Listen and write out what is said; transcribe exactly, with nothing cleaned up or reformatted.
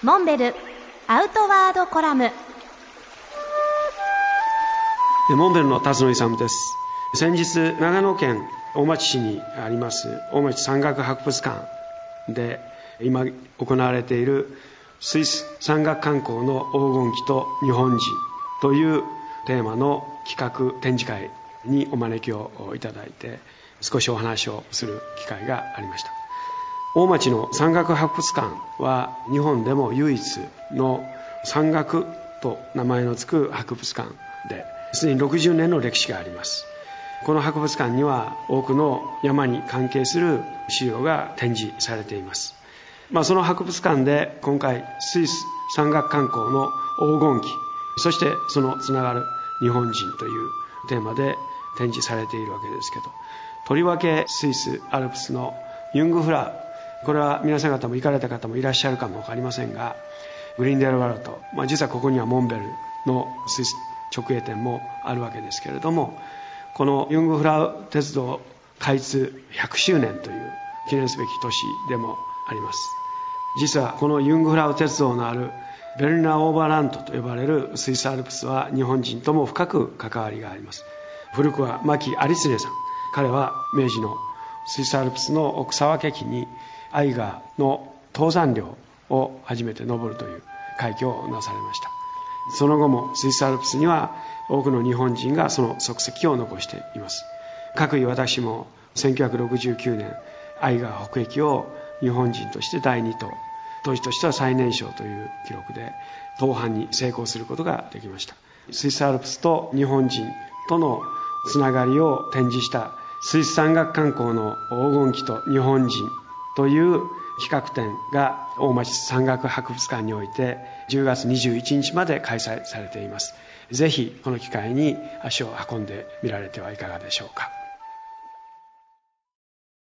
モンベルアウトワードコラム。 モンベルの辰野勇です。先日長野県大町市にあります大町山岳博物館で今行われているスイス山岳観光の黄金期と日本人というテーマの企画展示会にお招きをいただいて少しお話をする機会がありました。大町の山岳博物館は日本でも唯一の山岳と名前の付く博物館ですでにろくじゅうねんの歴史があります。この博物館には多くの山に関係する資料が展示されています。まあ、その博物館で今回スイス山岳観光の黄金期、そしてそのつながる日本人というテーマで展示されているわけですけど、とりわけスイスアルプスのユングフラウ、これは皆さん方も行かれた方もいらっしゃるかも分かりませんが、グリンデルワルト、まあ、実はここにはモンベルのスイス直営店もあるわけですけれども、このユングフラウ鉄道開通ひゃくしゅうねんという記念すべき年でもあります。実はこのユングフラウ鉄道のあるベルナーオーバーランドと呼ばれるスイスアルプスは日本人とも深く関わりがあります。古くは牧有常さん、彼は明治のスイスアルプスの奥沢家期にアイガーの登山料を初めて登るという快挙をなされました。その後もスイスアルプスには多くの日本人がその足跡を残しています。各位私もせんきゅうひゃくろくじゅうきゅうねんアイガー北駅を日本人としてだいにとう、当時としては最年少という記録で登攀に成功することができました。スイスアルプスと日本人とのつながりを展示したスイス山岳観光の黄金期と日本人という企画展が大町山岳博物館においてじゅうがつにじゅういちにちまで開催されています。ぜひこの機会に足を運んでみられてはいかがでしょうか。